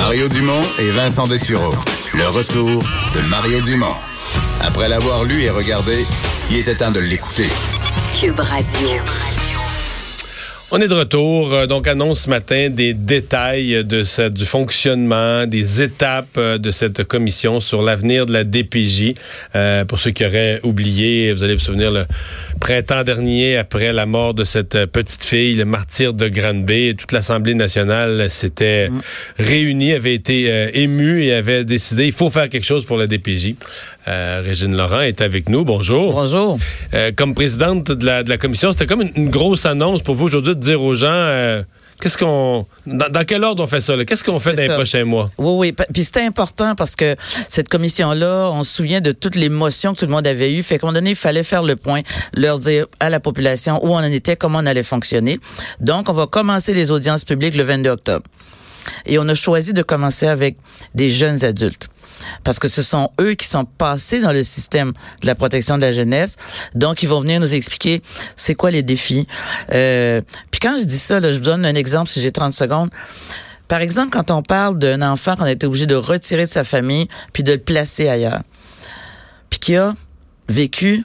Mario Dumont et Vincent Dessureau. Le retour de Mario Dumont. Après l'avoir lu et regardé, il était temps de l'écouter. Cube Radio. On est de retour, donc annonce ce matin des détails du fonctionnement, des étapes de cette commission sur l'avenir de la DPJ. Pour ceux qui auraient oublié, vous allez vous souvenir, le printemps dernier, après la mort de cette petite fille, le martyr de Granby, toute l'Assemblée nationale s'était réunie, avait été émue et avait décidé, il faut faire quelque chose pour la DPJ. Régine Laurent est avec nous. Bonjour. Bonjour. Comme présidente de la commission, c'était comme une grosse annonce pour vous aujourd'hui de dire aux gens dans quel ordre on fait ça? Là? Qu'est-ce qu'on fait dans les prochains mois? Oui. Puis c'était important parce que cette commission-là, on se souvient de toutes les motions que tout le monde avait eues. Fait qu'à un moment donné, il fallait faire le point, leur dire à la population où on en était, comment on allait fonctionner. Donc, on va commencer les audiences publiques le 22 octobre. Et on a choisi de commencer avec des jeunes adultes. Parce que ce sont eux qui sont passés dans le système de la protection de la jeunesse. Donc, ils vont venir nous expliquer c'est quoi les défis. Puis quand je dis ça, là, je vous donne un exemple si j'ai 30 secondes. Par exemple, quand on parle d'un enfant qu'on a été obligé de retirer de sa famille puis de le placer ailleurs, puis qui a vécu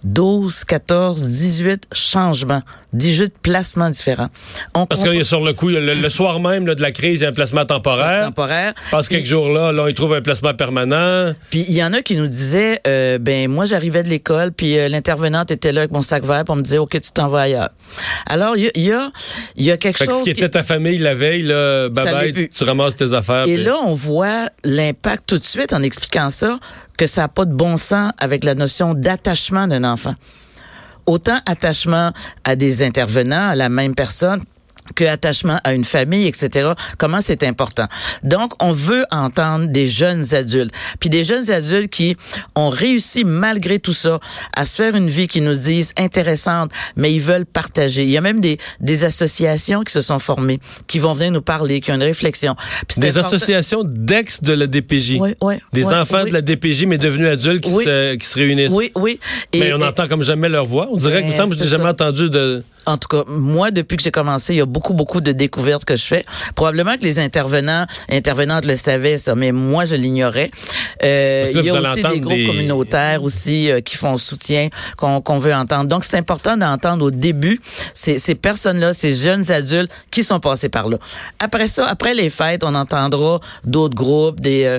12, 14, 18 changements, 18 placements différents. Parce qu'il y a sur le coup, le soir même là, de la crise, il y a un placement temporaire. Parce que quelques jours là, ils trouvent un placement permanent. Puis il y en a qui nous disaient, moi j'arrivais de l'école, puis l'intervenante était là avec mon sac vert pour me dire, OK, tu t'en vas ailleurs. Alors il y a quelque chose. Ce qui était ta famille la veille, là, bye-bye, tu ramasses tes affaires. Et là, on voit l'impact tout de suite en expliquant ça, que ça n'a pas de bon sens avec la notion d'attachement d'un enfant. Autant attachement à des intervenants, à la même personne, que attachement à une famille, etc. Comment c'est important. Donc, on veut entendre des jeunes adultes. Puis des jeunes adultes qui ont réussi, malgré tout ça, à se faire une vie qui nous disent intéressante, mais ils veulent partager. Il y a même des associations qui se sont formées, qui vont venir nous parler, qui ont une réflexion. Puis des associations d'ex de la DPJ. Oui. Des enfants de la DPJ, mais devenus adultes qui se réunissent. Oui. Mais on n'entend comme jamais leur voix. On dirait que, il me semble que je n'ai jamais entendu de... En tout cas, moi, depuis que j'ai commencé, il y a beaucoup de découvertes que je fais. Probablement que les intervenantes le savaient, ça, mais moi, je l'ignorais. Il y a aussi des groupes communautaires aussi qui font soutien, qu'on veut entendre. Donc, c'est important d'entendre au début ces personnes-là, ces jeunes adultes qui sont passés par là. Après ça, après les fêtes, on entendra d'autres groupes, des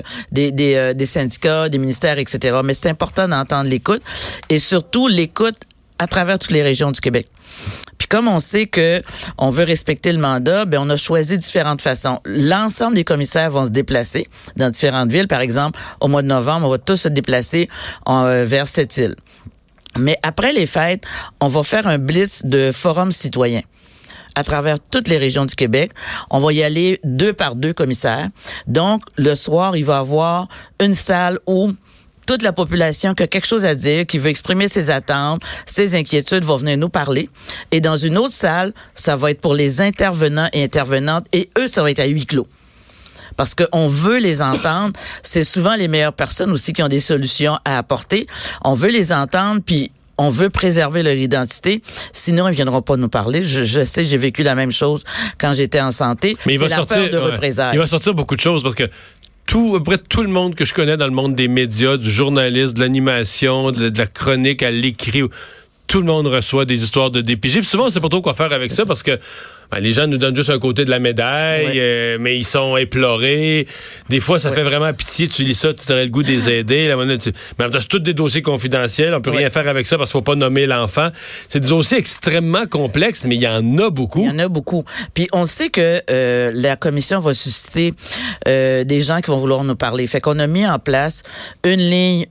syndicats, des ministères, etc. Mais c'est important d'entendre l'écoute et surtout l'écoute à travers toutes les régions du Québec. Puis comme on sait que on veut respecter le mandat, on a choisi différentes façons. L'ensemble des commissaires vont se déplacer dans différentes villes. Par exemple, au mois de novembre, on va tous se déplacer vers cette île. Mais après les fêtes, on va faire un blitz de forums citoyens à travers toutes les régions du Québec. On va y aller 2 par 2 commissaires. Donc, le soir, il va y avoir une salle où toute la population qui a quelque chose à dire, qui veut exprimer ses attentes, ses inquiétudes, va venir nous parler. Et dans une autre salle, ça va être pour les intervenants et intervenantes, et eux, ça va être à huis clos. Parce qu'on veut les entendre. C'est souvent les meilleures personnes aussi qui ont des solutions à apporter. On veut les entendre, puis on veut préserver leur identité. Sinon, ils viendront pas nous parler. Je sais, j'ai vécu la même chose quand j'étais en santé. Mais c'est la peur de représailles. Il va sortir beaucoup de choses parce que à peu près tout le monde que je connais dans le monde des médias, du journalisme, de l'animation, de la chronique à l'écrit, tout le monde reçoit des histoires de DPJ. Puis souvent, on sait pas trop quoi faire avec ça parce que les gens nous donnent juste un côté de la médaille, mais ils sont éplorés. Des fois, ça fait vraiment pitié. Tu lis ça, tu aurais le goût de les aider. Mais c'est tous des dossiers confidentiels. On peut rien faire avec ça parce qu'il faut pas nommer l'enfant. C'est des dossiers extrêmement complexes, mais il y en a beaucoup. Il y en a beaucoup. Puis on sait que la commission va susciter des gens qui vont vouloir nous parler. Fait qu'on a mis en place une ligne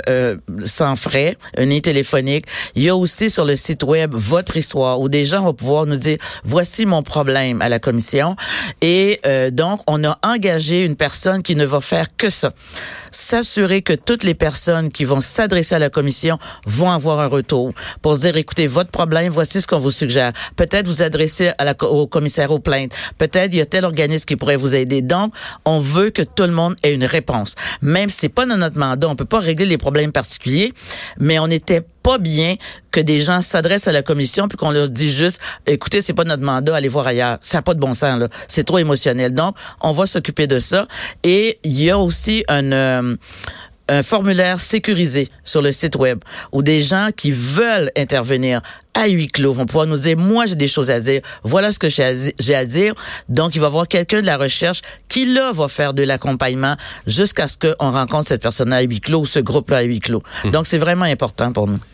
sans frais, une ligne téléphonique. Il y a aussi sur le site web Votre Histoire où des gens vont pouvoir nous dire voici mon problème à la commission. Et donc, on a engagé une personne qui ne va faire que ça. S'assurer que toutes les personnes qui vont s'adresser à la commission vont avoir un retour pour se dire, écoutez, votre problème, voici ce qu'on vous suggère. Peut-être vous adresser au commissaire aux plaintes. Peut-être il y a tel organisme qui pourrait vous aider. Donc, on veut que tout le monde ait une réponse. Même si c'est pas dans notre mandat, on peut pas régler les problèmes particuliers, mais on était pas bien que des gens s'adressent à la commission puis qu'on leur dit juste, écoutez, c'est pas notre mandat, allez voir ailleurs. Ça n'a pas de bon sens, là. C'est trop émotionnel. Donc, on va s'occuper de ça. Et il y a aussi un formulaire sécurisé sur le site web où des gens qui veulent intervenir à huis clos vont pouvoir nous dire, moi, j'ai des choses à dire. Voilà ce que j'ai à dire. Donc, il va y avoir quelqu'un de la recherche qui, là, va faire de l'accompagnement jusqu'à ce qu'on rencontre cette personne-là à huis clos ou ce groupe-là à huis clos. Donc, c'est vraiment important pour nous.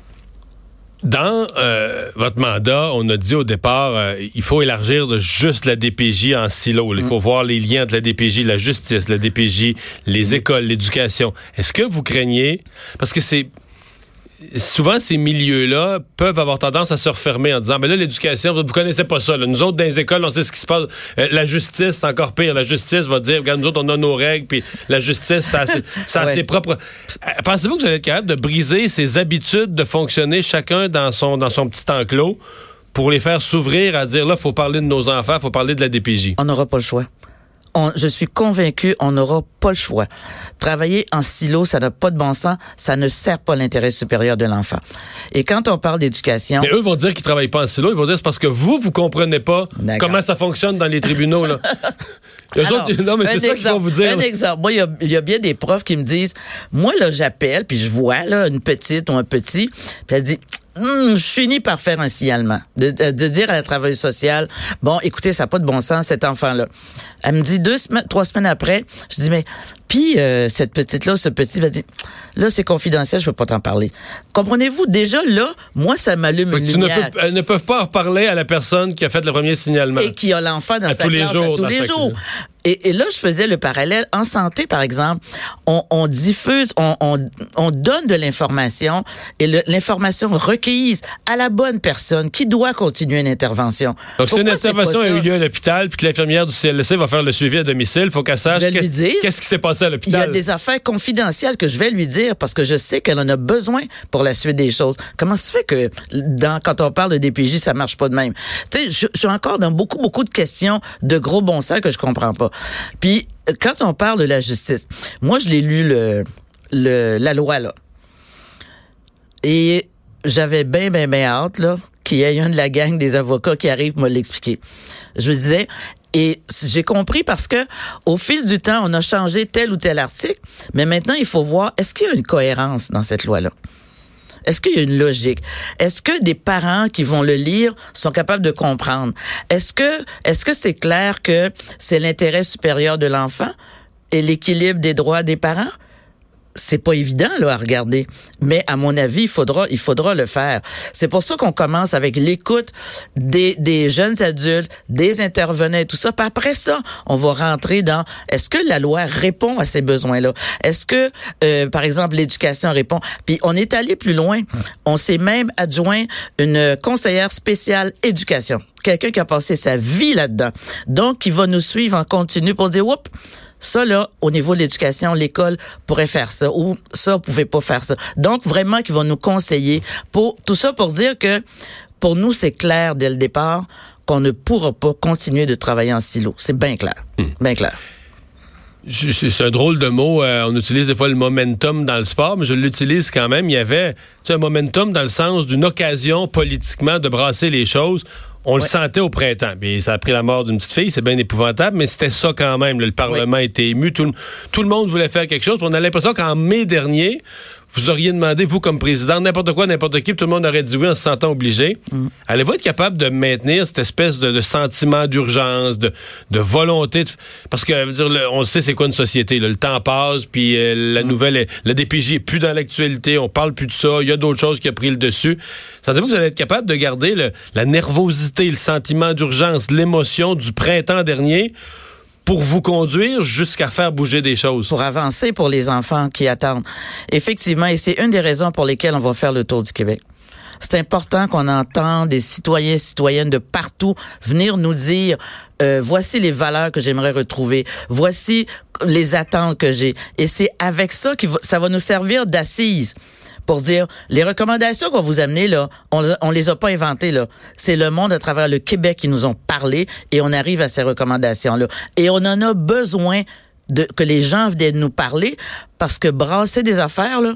Dans votre mandat, on a dit au départ, il faut élargir de juste la DPJ en silo. Il faut voir les liens entre la DPJ, la justice, la DPJ, les écoles, l'éducation. Est-ce que vous craignez, parce que souvent, ces milieux-là peuvent avoir tendance à se refermer en disant, ben là, l'éducation, vous connaissez pas ça. Là. Nous autres, dans les écoles, on sait ce qui se passe. La justice, c'est encore pire. La justice va dire, regarde, nous autres, on a nos règles, puis la justice, ça a ses propres... Pensez-vous que vous allez être capable de briser ces habitudes de fonctionner chacun dans son petit enclos pour les faire s'ouvrir à dire, là, il faut parler de nos enfants, il faut parler de la DPJ? On n'aura pas le choix. Je suis convaincue, on n'aura pas le choix. Travailler en silo, ça n'a pas de bon sens, ça ne sert pas l'intérêt supérieur de l'enfant. Et quand on parle d'éducation... Mais eux vont dire qu'ils travaillent pas en silo, ils vont dire c'est parce que vous comprenez pas comment ça fonctionne dans les tribunaux, là. Non, mais c'est ça qu'ils vont vous dire. Un exemple. Moi, il y a bien des profs qui me disent, moi, là, j'appelle, puis je vois, là, une petite ou un petit, puis elle dit... je finis par faire un signalement. De dire à la travailleuse sociale, bon, écoutez, ça n'a pas de bon sens, cet enfant-là. Elle me dit 3 semaines après, je dis, mais, puis cette petite-là, ce petit va dire, là, c'est confidentiel, je peux pas t'en parler. Comprenez-vous, déjà, là, moi, ça m'allume une lumière. Elles ne peuvent pas en reparler à la personne qui a fait le premier signalement. Et qui a l'enfant dans sa classe tous les jours. Et là, je faisais le parallèle. En santé, par exemple, on diffuse, on donne de l'information et l'information requise à la bonne personne qui doit continuer une intervention. Donc, si une intervention a eu lieu à l'hôpital puis que l'infirmière du CLSC va faire le suivi à domicile, il faut qu'elle sache qu'est-ce qui s'est passé à l'hôpital. Il y a des affaires confidentielles que je vais lui dire parce que je sais qu'elle en a besoin pour la suite des choses. Comment se fait que quand on parle de DPJ, ça marche pas de même? Tu sais, je suis encore dans beaucoup de questions de gros bon sens que je comprends pas. Puis, quand on parle de la justice, moi, je l'ai lu, la loi, là. Et j'avais bien hâte, là, qu'il y ait un de la gang des avocats qui arrive me l'expliquer. Je me disais, et j'ai compris parce que, au fil du temps, on a changé tel ou tel article, mais maintenant, il faut voir, est-ce qu'il y a une cohérence dans cette loi-là? Est-ce qu'il y a une logique? Est-ce que des parents qui vont le lire sont capables de comprendre? Est-ce que c'est clair que c'est l'intérêt supérieur de l'enfant et l'équilibre des droits des parents? C'est pas évident là à regarder, mais à mon avis, il faudra le faire. C'est pour ça qu'on commence avec l'écoute des jeunes adultes, des intervenants et tout ça. Puis après ça, on va rentrer dans est-ce que la loi répond à ces besoins-là? Est-ce que par exemple l'éducation répond? Puis on est allé plus loin. On s'est même adjoint une conseillère spéciale éducation, quelqu'un qui a passé sa vie là-dedans. Donc qui va nous suivre en continu pour dire oups, ça, là, au niveau de l'éducation, l'école pourrait faire ça ou ça, pouvait pas faire ça. Donc, vraiment, qu'ils vont nous conseiller tout ça pour dire que, pour nous, c'est clair dès le départ qu'on ne pourra pas continuer de travailler en silo. C'est bien clair. Bien clair. C'est un drôle de mot. On utilise des fois le momentum dans le sport, mais je l'utilise quand même. Il y avait un momentum dans le sens d'une occasion politiquement de brasser les choses. On le sentait au printemps. Puis ça a pris la mort d'une petite fille, c'est bien épouvantable, mais c'était ça quand même. Là, le Parlement était ému, tout le monde voulait faire quelque chose. Puis on a l'impression qu'en mai dernier, vous auriez demandé, vous comme président, n'importe quoi, n'importe qui, puis tout le monde aurait dit oui en se sentant obligé. Allez-vous être capable de maintenir cette espèce de sentiment d'urgence, de volonté? Parce que, on le sait, c'est quoi une société? Là, le temps passe, puis la nouvelle, la DPJ est plus dans l'actualité, on parle plus de ça, il y a d'autres choses qui ont pris le dessus. Sentez-vous que vous allez être capable de garder la nervosité, le sentiment d'urgence, l'émotion du printemps dernier pour vous conduire jusqu'à faire bouger des choses? Pour avancer pour les enfants qui attendent. Effectivement, et c'est une des raisons pour lesquelles on va faire le tour du Québec. C'est important qu'on entende des citoyens et citoyennes de partout venir nous dire voici les valeurs que j'aimerais retrouver, voici les attentes que j'ai. Et c'est avec ça ça va nous servir d'assise. Pour dire, les recommandations qu'on vous amener là, on les a pas inventées là. C'est le monde à travers le Québec qui nous ont parlé et on arrive à ces recommandations-là. Et on en a besoin que les gens viennent nous parler parce que brasser des affaires là,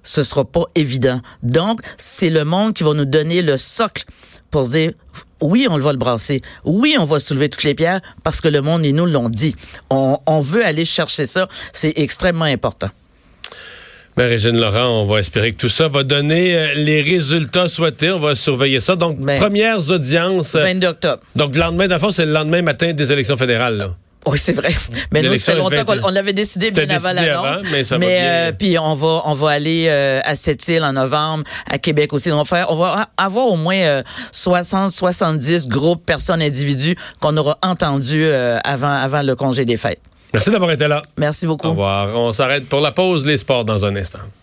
ce sera pas évident. Donc, c'est le monde qui va nous donner le socle pour dire, oui, on va le brasser. Oui, on va soulever toutes les pierres parce que le monde et nous l'ont dit. On veut aller chercher ça. C'est extrêmement important. Marie-Jeanne Laurent, on va espérer que tout ça va donner les résultats souhaités. On va surveiller ça. Donc, premières audiences. 22 octobre. Donc, le lendemain, dans le fond, c'est le lendemain matin des élections fédérales, là. Oui, c'est vrai. Mais nous, ça fait longtemps qu'on l'avait décidé bien avant l'annonce. Mais ça va bien. Puis on va aller à Sept-Îles en novembre, à Québec aussi. On va avoir au moins 60-70 groupes, personnes, individus qu'on aura entendus avant le congé des fêtes. Merci d'avoir été là. Merci beaucoup. Au revoir. On s'arrête pour la pause, les sports dans un instant.